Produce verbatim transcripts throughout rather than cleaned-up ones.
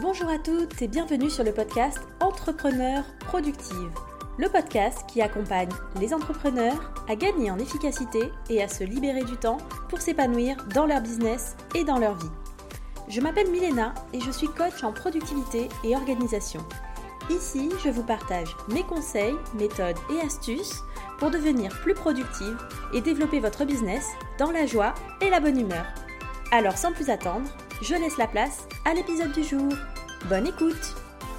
Bonjour à toutes et bienvenue sur le podcast Entrepreneurs Productives, le podcast qui accompagne les entrepreneurs à gagner en efficacité et à se libérer du temps pour s'épanouir dans leur business et dans leur vie. Je m'appelle Milena et je suis coach en productivité et organisation. Ici, je vous partage mes conseils, méthodes et astuces pour devenir plus productive et développer votre business dans la joie et la bonne humeur. Alors sans plus attendre, je laisse la place à l'épisode du jour. Bonne écoute!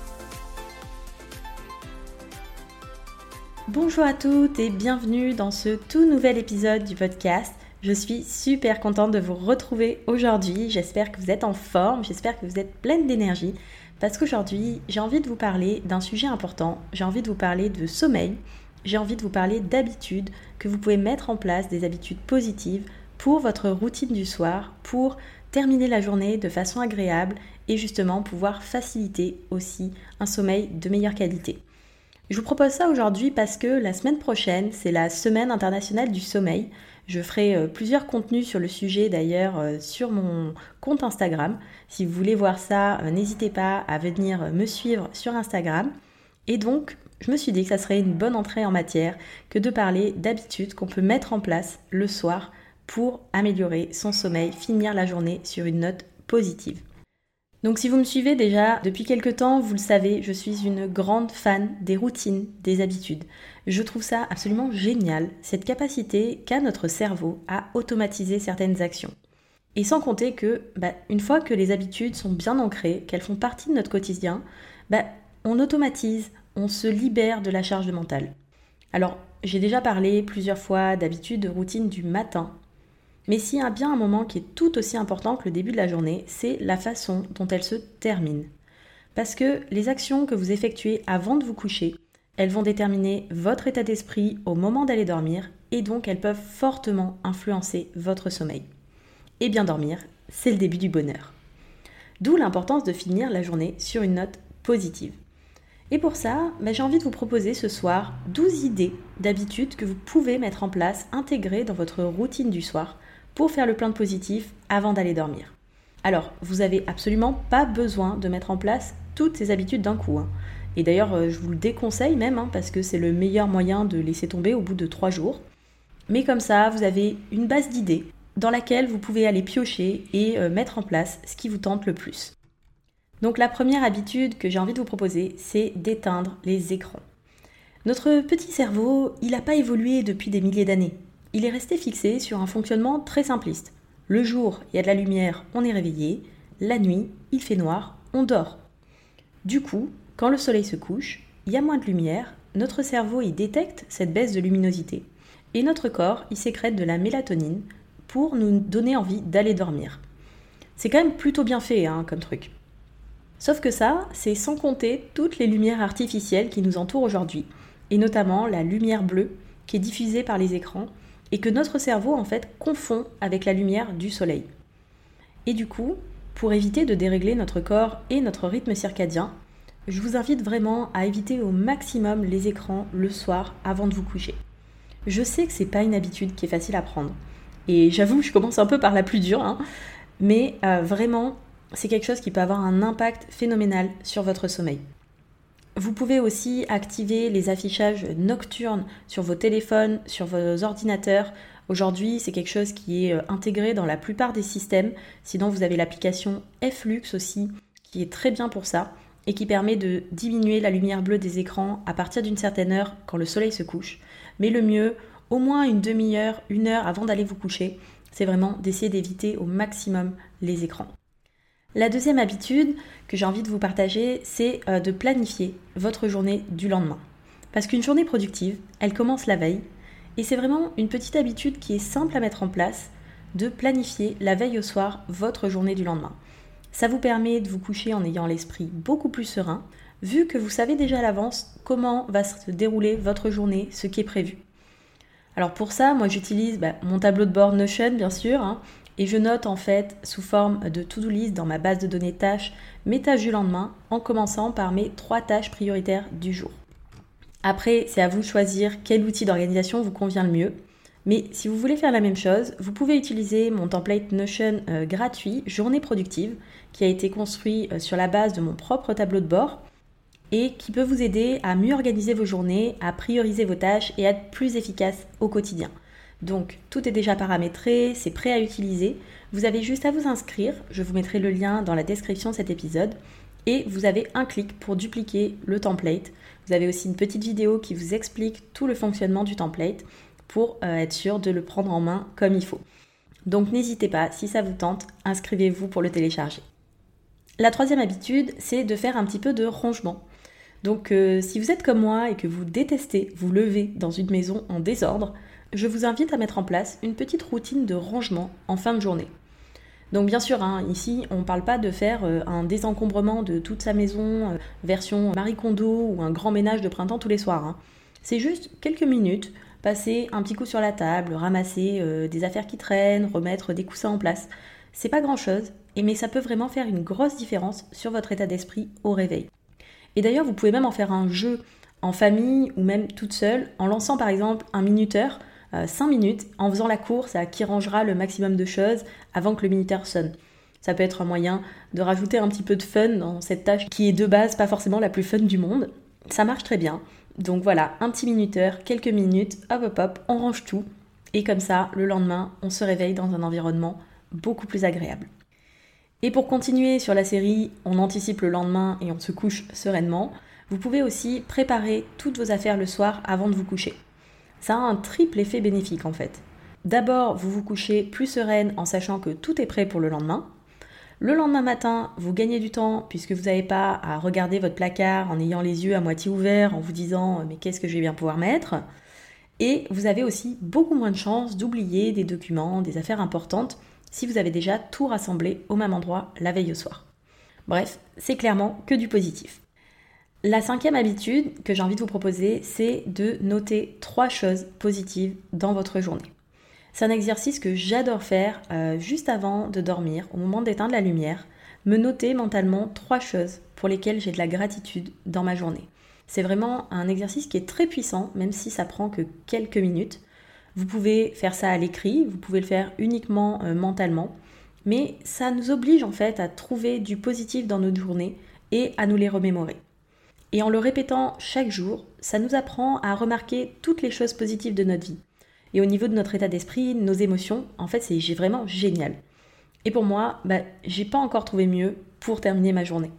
Bonjour à toutes et bienvenue dans ce tout nouvel épisode du podcast. Je suis super contente de vous retrouver aujourd'hui. J'espère que vous êtes en forme, j'espère que vous êtes pleine d'énergie parce qu'aujourd'hui, j'ai envie de vous parler d'un sujet important. J'ai envie de vous parler de sommeil. J'ai envie de vous parler d'habitudes, que vous pouvez mettre en place des habitudes positives pour votre routine du soir, pour terminer la journée de façon agréable et justement pouvoir faciliter aussi un sommeil de meilleure qualité. Je vous propose ça aujourd'hui parce que la semaine prochaine, c'est la Semaine internationale du sommeil. Je ferai plusieurs contenus sur le sujet d'ailleurs sur mon compte Instagram. Si vous voulez voir ça, n'hésitez pas à venir me suivre sur Instagram. Et donc, je me suis dit que ça serait une bonne entrée en matière que de parler d'habitudes qu'on peut mettre en place le soir pour améliorer son sommeil, finir la journée sur une note positive. Donc si vous me suivez déjà depuis quelques temps, vous le savez, je suis une grande fan des routines, des habitudes. Je trouve ça absolument génial, cette capacité qu'a notre cerveau à automatiser certaines actions. Et sans compter que, bah, une fois que les habitudes sont bien ancrées, qu'elles font partie de notre quotidien, bah, on automatise, on se libère de la charge mentale. Alors, j'ai déjà parlé plusieurs fois d'habitudes de routine du matin. Mais s'il y a bien un moment qui est tout aussi important que le début de la journée, c'est la façon dont elle se termine. Parce que les actions que vous effectuez avant de vous coucher, elles vont déterminer votre état d'esprit au moment d'aller dormir et donc elles peuvent fortement influencer votre sommeil. Et bien dormir, c'est le début du bonheur. D'où l'importance de finir la journée sur une note positive. Et pour ça, bah, j'ai envie de vous proposer ce soir douze idées d'habitudes que vous pouvez mettre en place, intégrer dans votre routine du soir pour faire le plein de positif avant d'aller dormir. Alors, vous n'avez absolument pas besoin de mettre en place toutes ces habitudes d'un coup. Hein. Et d'ailleurs, je vous le déconseille même, hein, parce que c'est le meilleur moyen de laisser tomber au bout de trois jours. Mais comme ça, vous avez une base d'idées dans laquelle vous pouvez aller piocher et euh, mettre en place ce qui vous tente le plus. Donc la première habitude que j'ai envie de vous proposer, c'est d'éteindre les écrans. Notre petit cerveau, il n'a pas évolué depuis des milliers d'années. Il est resté fixé sur un fonctionnement très simpliste. Le jour, il y a de la lumière, on est réveillé. La nuit, il fait noir, on dort. Du coup, quand le soleil se couche, il y a moins de lumière, notre cerveau y détecte cette baisse de luminosité. Et notre corps, il sécrète de la mélatonine pour nous donner envie d'aller dormir. C'est quand même plutôt bien fait hein, comme truc. Sauf que ça, c'est sans compter toutes les lumières artificielles qui nous entourent aujourd'hui, et notamment la lumière bleue qui est diffusée par les écrans, et que notre cerveau en fait confond avec la lumière du soleil. Et du coup, pour éviter de dérégler notre corps et notre rythme circadien, je vous invite vraiment à éviter au maximum les écrans le soir avant de vous coucher. Je sais que c'est pas une habitude qui est facile à prendre, et j'avoue que je commence un peu par la plus dure, hein, mais euh, vraiment, c'est quelque chose qui peut avoir un impact phénoménal sur votre sommeil. Vous pouvez aussi activer les affichages nocturnes sur vos téléphones, sur vos ordinateurs. Aujourd'hui, c'est quelque chose qui est intégré dans la plupart des systèmes. Sinon, vous avez l'application F-Lux aussi, qui est très bien pour ça et qui permet de diminuer la lumière bleue des écrans à partir d'une certaine heure quand le soleil se couche. Mais le mieux, au moins une demi-heure, une heure avant d'aller vous coucher, c'est vraiment d'essayer d'éviter au maximum les écrans. La deuxième habitude que j'ai envie de vous partager, c'est de planifier votre journée du lendemain. Parce qu'une journée productive, elle commence la veille et c'est vraiment une petite habitude qui est simple à mettre en place de planifier la veille au soir votre journée du lendemain. Ça vous permet de vous coucher en ayant l'esprit beaucoup plus serein, vu que vous savez déjà à l'avance comment va se dérouler votre journée, ce qui est prévu. Alors pour ça, moi j'utilise bah, mon tableau de bord Notion bien sûr, hein, et je note en fait sous forme de to-do list dans ma base de données tâches mes tâches du lendemain en commençant par mes trois tâches prioritaires du jour. Après, c'est à vous de choisir quel outil d'organisation vous convient le mieux, Mais si vous voulez faire la même chose, vous pouvez utiliser mon template Notion euh, gratuit Journée productive qui a été construit euh, sur la base de mon propre tableau de bord et qui peut vous aider à mieux organiser vos journées, à prioriser vos tâches et à être plus efficace au quotidien. Donc tout est déjà paramétré, c'est prêt à utiliser. Vous avez juste à vous inscrire, je vous mettrai le lien dans la description de cet épisode et vous avez un clic pour dupliquer le template. Vous avez aussi une petite vidéo qui vous explique tout le fonctionnement du template pour euh, être sûr de le prendre en main comme il faut. Donc n'hésitez pas, si ça vous tente, inscrivez-vous pour le télécharger. La troisième habitude, c'est de faire un petit peu de rangement. Donc euh, si vous êtes comme moi et que vous détestez vous lever dans une maison en désordre, je vous invite à mettre en place une petite routine de rangement en fin de journée. Donc bien sûr, hein, ici, on ne parle pas de faire euh, un désencombrement de toute sa maison, euh, version Marie Kondo ou un grand ménage de printemps tous les soirs. Hein. C'est juste quelques minutes, passer un petit coup sur la table, ramasser euh, des affaires qui traînent, remettre des coussins en place. C'est pas grand-chose, mais ça peut vraiment faire une grosse différence sur votre état d'esprit au réveil. Et d'ailleurs, vous pouvez même en faire un jeu en famille ou même toute seule, en lançant par exemple un minuteur, euh, cinq minutes, en faisant la course à qui rangera le maximum de choses avant que le minuteur sonne. Ça peut être un moyen de rajouter un petit peu de fun dans cette tâche qui est de base pas forcément la plus fun du monde. Ça marche très bien. Donc voilà, un petit minuteur, quelques minutes, hop hop hop, on range tout. Et comme ça, le lendemain, on se réveille dans un environnement beaucoup plus agréable. Et pour continuer sur la série, on anticipe le lendemain et on se couche sereinement, vous pouvez aussi préparer toutes vos affaires le soir avant de vous coucher. Ça a un triple effet bénéfique en fait. D'abord, vous vous couchez plus sereine en sachant que tout est prêt pour le lendemain. Le lendemain matin, vous gagnez du temps puisque vous n'avez pas à regarder votre placard en ayant les yeux à moitié ouverts, en vous disant « mais qu'est-ce que je vais bien pouvoir mettre ?» Et vous avez aussi beaucoup moins de chances d'oublier des documents, des affaires importantes si vous avez déjà tout rassemblé au même endroit la veille au soir. Bref, c'est clairement que du positif. La cinquième habitude que j'ai envie de vous proposer, c'est de noter trois choses positives dans votre journée. C'est un exercice que j'adore faire euh, juste avant de dormir, au moment d'éteindre la lumière, me noter mentalement trois choses pour lesquelles j'ai de la gratitude dans ma journée. C'est vraiment un exercice qui est très puissant, même si ça prend que quelques minutes. Vous pouvez faire ça à l'écrit, vous pouvez le faire uniquement euh, mentalement, mais ça nous oblige en fait à trouver du positif dans notre journée et à nous les remémorer. Et en le répétant chaque jour, ça nous apprend à remarquer toutes les choses positives de notre vie. Et au niveau de notre état d'esprit, de nos émotions, en fait, c'est vraiment génial. Et pour moi, bah, j'ai pas encore trouvé mieux pour terminer ma journée.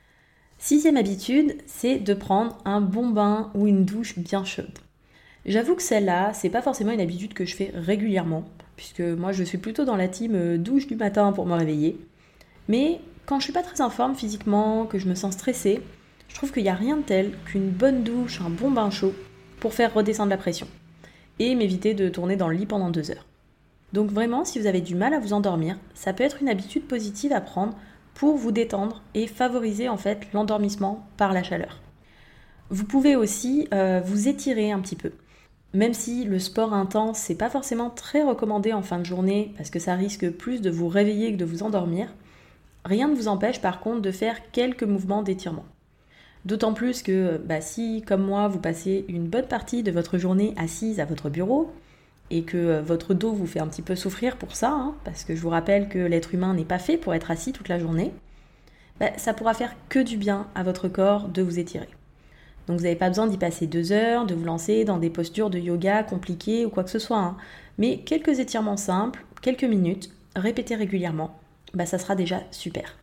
Sixième habitude, c'est de prendre un bon bain ou une douche bien chaude. J'avoue que celle-là, c'est pas forcément une habitude que je fais régulièrement, puisque moi je suis plutôt dans la team douche du matin pour me réveiller. Mais quand je suis pas très en forme physiquement, que je me sens stressée, je trouve qu'il n'y a rien de tel qu'une bonne douche, un bon bain chaud pour faire redescendre la pression et m'éviter de tourner dans le lit pendant deux heures. Donc vraiment, si vous avez du mal à vous endormir, ça peut être une habitude positive à prendre pour vous détendre et favoriser en fait l'endormissement par la chaleur. Vous pouvez aussi euh, vous étirer un petit peu. Même si le sport intense, c'est pas forcément très recommandé en fin de journée parce que ça risque plus de vous réveiller que de vous endormir, rien ne vous empêche par contre de faire quelques mouvements d'étirement. D'autant plus que bah, si, comme moi, vous passez une bonne partie de votre journée assise à votre bureau et que euh, votre dos vous fait un petit peu souffrir pour ça, hein, parce que je vous rappelle que l'être humain n'est pas fait pour être assis toute la journée, bah, ça pourra faire que du bien à votre corps de vous étirer. Donc vous n'avez pas besoin d'y passer deux heures, de vous lancer dans des postures de yoga compliquées ou quoi que ce soit, hein. Mais quelques étirements simples, quelques minutes, répétés régulièrement, bah, ça sera déjà super.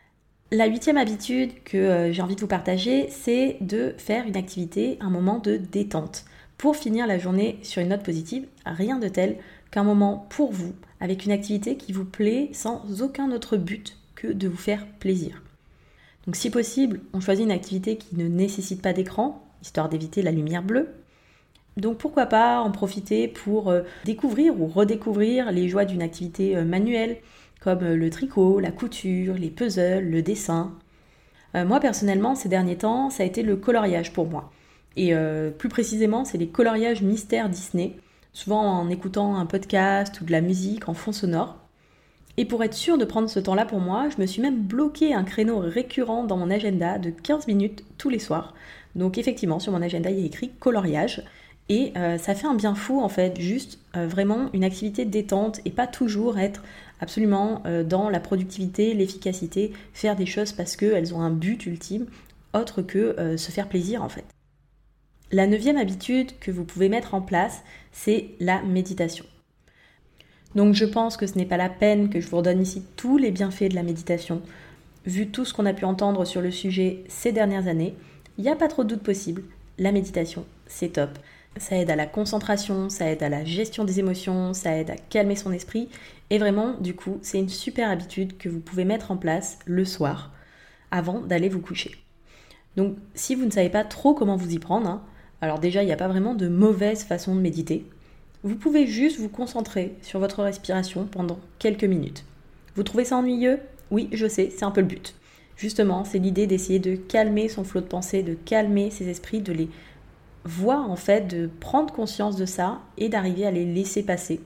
La huitième habitude que euh, j'ai envie de vous partager, c'est de faire une activité, un moment de détente. Pour finir la journée sur une note positive, rien de tel qu'un moment pour vous, avec une activité qui vous plaît sans aucun autre but que de vous faire plaisir. Donc si possible, on choisit une activité qui ne nécessite pas d'écran, histoire d'éviter la lumière bleue. Donc pourquoi pas en profiter pour euh, découvrir ou redécouvrir les joies d'une activité euh, manuelle, comme le tricot, la couture, les puzzles, le dessin. Euh, moi personnellement, ces derniers temps, ça a été le coloriage pour moi. Et euh, plus précisément, c'est les coloriages mystères Disney, souvent en écoutant un podcast ou de la musique en fond sonore. Et pour être sûre de prendre ce temps-là pour moi, je me suis même bloqué un créneau récurrent dans mon agenda de quinze minutes tous les soirs. Donc effectivement, sur mon agenda, il y a écrit coloriage. Et euh, ça fait un bien fou en fait, juste euh, vraiment une activité détente et pas toujours être absolument euh, dans la productivité, l'efficacité, faire des choses parce qu'elles ont un but ultime autre que euh, se faire plaisir en fait. La neuvième habitude que vous pouvez mettre en place, c'est la méditation. Donc je pense que ce n'est pas la peine que je vous redonne ici tous les bienfaits de la méditation. Vu tout ce qu'on a pu entendre sur le sujet ces dernières années, il n'y a pas trop de doute possible. La méditation, c'est top. Ça aide à la concentration, ça aide à la gestion des émotions, ça aide à calmer son esprit. Et vraiment, du coup, c'est une super habitude que vous pouvez mettre en place le soir, avant d'aller vous coucher. Donc si vous ne savez pas trop comment vous y prendre, hein, alors déjà, il n'y a pas vraiment de mauvaise façon de méditer. Vous pouvez juste vous concentrer sur votre respiration pendant quelques minutes. Vous trouvez ça ennuyeux ? Oui, je sais, c'est un peu le but. Justement, c'est l'idée d'essayer de calmer son flot de pensée, de calmer ses esprits, de les voir en fait, de prendre conscience de ça et d'arriver à les laisser passer.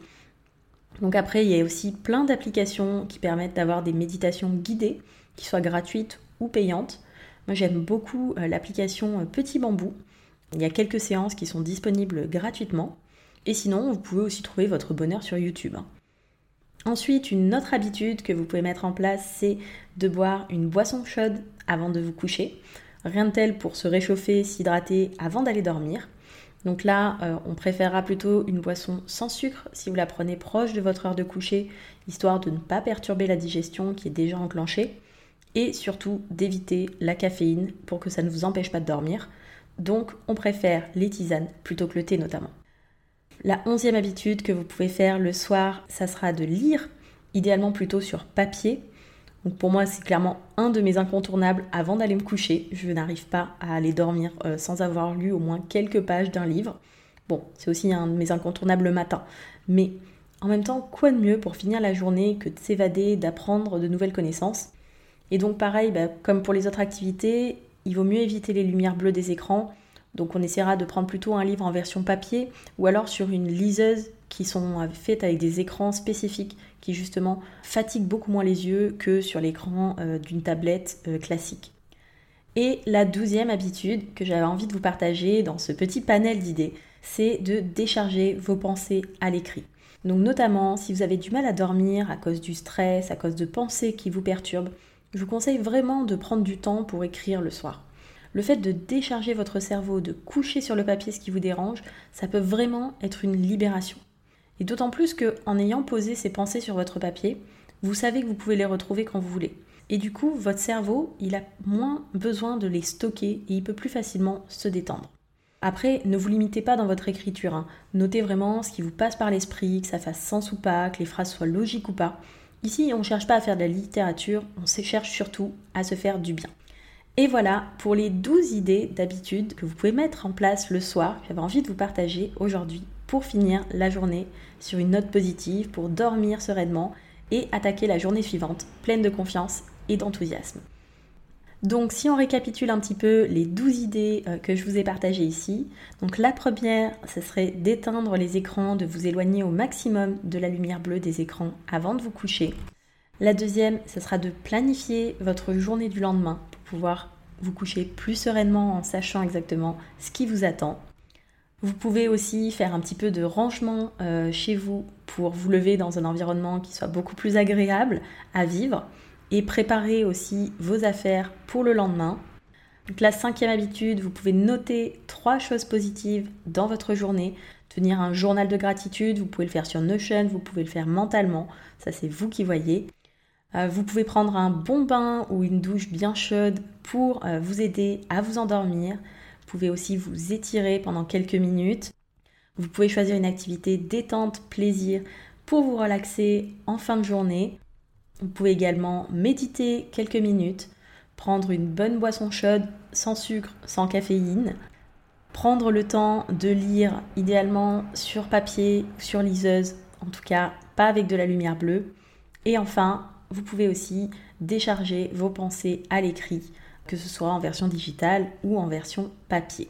Donc après, il y a aussi plein d'applications qui permettent d'avoir des méditations guidées, qui soient gratuites ou payantes. Moi, j'aime beaucoup l'application Petit Bambou. Il y a quelques séances qui sont disponibles gratuitement. Et sinon, vous pouvez aussi trouver votre bonheur sur YouTube. Ensuite, une autre habitude que vous pouvez mettre en place, c'est de boire une boisson chaude avant de vous coucher. Rien de tel pour se réchauffer, s'hydrater avant d'aller dormir. Donc là, euh, on préférera plutôt une boisson sans sucre si vous la prenez proche de votre heure de coucher, histoire de ne pas perturber la digestion qui est déjà enclenchée. Et surtout d'éviter la caféine pour que ça ne vous empêche pas de dormir. Donc, on préfère les tisanes plutôt que le thé notamment. La onzième habitude que vous pouvez faire le soir, ça sera de lire, idéalement plutôt sur papier. Donc pour moi, c'est clairement un de mes incontournables avant d'aller me coucher. Je n'arrive pas à aller dormir euh, sans avoir lu au moins quelques pages d'un livre. Bon, c'est aussi un de mes incontournables le matin. Mais en même temps, quoi de mieux pour finir la journée que de s'évader, d'apprendre de nouvelles connaissances. Et donc pareil, bah, comme pour les autres activités, il vaut mieux éviter les lumières bleues des écrans. Donc on essaiera de prendre plutôt un livre en version papier ou alors sur une liseuse qui sont faites avec des écrans spécifiques qui justement fatiguent beaucoup moins les yeux que sur l'écran euh, d'une tablette euh, classique. Et la douzième habitude que j'avais envie de vous partager dans ce petit panel d'idées, c'est de décharger vos pensées à l'écrit. Donc notamment si vous avez du mal à dormir à cause du stress, à cause de pensées qui vous perturbent, je vous conseille vraiment de prendre du temps pour écrire le soir. Le fait de décharger votre cerveau, de coucher sur le papier ce qui vous dérange, ça peut vraiment être une libération. Et d'autant plus qu'en ayant posé ces pensées sur votre papier, vous savez que vous pouvez les retrouver quand vous voulez. Et du coup, votre cerveau, il a moins besoin de les stocker et il peut plus facilement se détendre. Après, ne vous limitez pas dans votre écriture. Hein. Notez vraiment ce qui vous passe par l'esprit, que ça fasse sens ou pas, que les phrases soient logiques ou pas. Ici, on ne cherche pas à faire de la littérature, on cherche surtout à se faire du bien. Et voilà pour les douze idées d'habitude que vous pouvez mettre en place le soir, que j'avais envie de vous partager aujourd'hui pour finir la journée sur une note positive, pour dormir sereinement et attaquer la journée suivante pleine de confiance et d'enthousiasme. Donc si on récapitule un petit peu les douze idées que je vous ai partagées ici, donc la première, ce serait d'éteindre les écrans, de vous éloigner au maximum de la lumière bleue des écrans avant de vous coucher. La deuxième, ce sera de planifier votre journée du lendemain pour pouvoir vous coucher plus sereinement en sachant exactement ce qui vous attend. Vous pouvez aussi faire un petit peu de rangement euh, chez vous pour vous lever dans un environnement qui soit beaucoup plus agréable à vivre et préparer aussi vos affaires pour le lendemain. Donc la cinquième habitude, vous pouvez noter trois choses positives dans votre journée, tenir un journal de gratitude, vous pouvez le faire sur Notion, vous pouvez le faire mentalement, ça c'est vous qui voyez. Euh, vous pouvez prendre un bon bain ou une douche bien chaude pour euh, vous aider à vous endormir. Vous pouvez aussi vous étirer pendant quelques minutes. Vous pouvez choisir une activité détente, plaisir pour vous relaxer en fin de journée. Vous pouvez également méditer quelques minutes, prendre une bonne boisson chaude sans sucre, sans caféine. Prendre le temps de lire idéalement sur papier, sur liseuse, en tout cas pas avec de la lumière bleue. Et enfin, vous pouvez aussi décharger vos pensées à l'écrit, que ce soit en version digitale ou en version papier.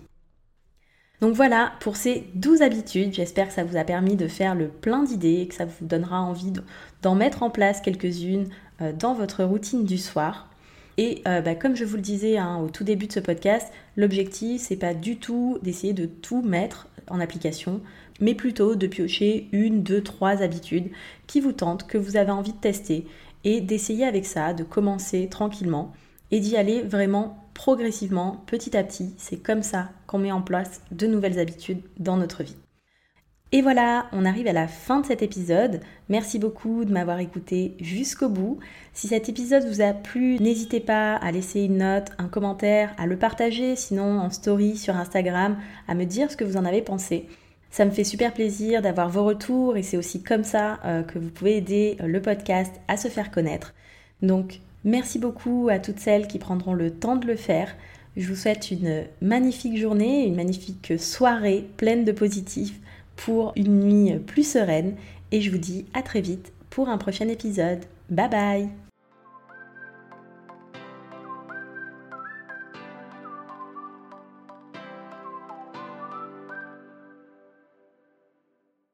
Donc voilà pour ces douze habitudes, j'espère que ça vous a permis de faire le plein d'idées et que ça vous donnera envie d'en mettre en place quelques-unes dans votre routine du soir. Et euh, bah, comme je vous le disais hein, au tout début de ce podcast, l'objectif c'est pas du tout d'essayer de tout mettre en application, mais plutôt de piocher une, deux, trois habitudes qui vous tentent, que vous avez envie de tester et d'essayer avec ça, de commencer tranquillement et d'y aller vraiment progressivement, petit à petit. C'est comme ça qu'on met en place de nouvelles habitudes dans notre vie. Et voilà, on arrive à la fin de cet épisode. Merci beaucoup de m'avoir écouté jusqu'au bout. Si cet épisode vous a plu, n'hésitez pas à laisser une note, un commentaire, à le partager, sinon en story sur Instagram, à me dire ce que vous en avez pensé. Ça me fait super plaisir d'avoir vos retours et c'est aussi comme ça euh, que vous pouvez aider le podcast à se faire connaître. Donc, merci beaucoup à toutes celles qui prendront le temps de le faire. Je vous souhaite une magnifique journée, une magnifique soirée pleine de positifs pour une nuit plus sereine et je vous dis à très vite pour un prochain épisode. Bye bye!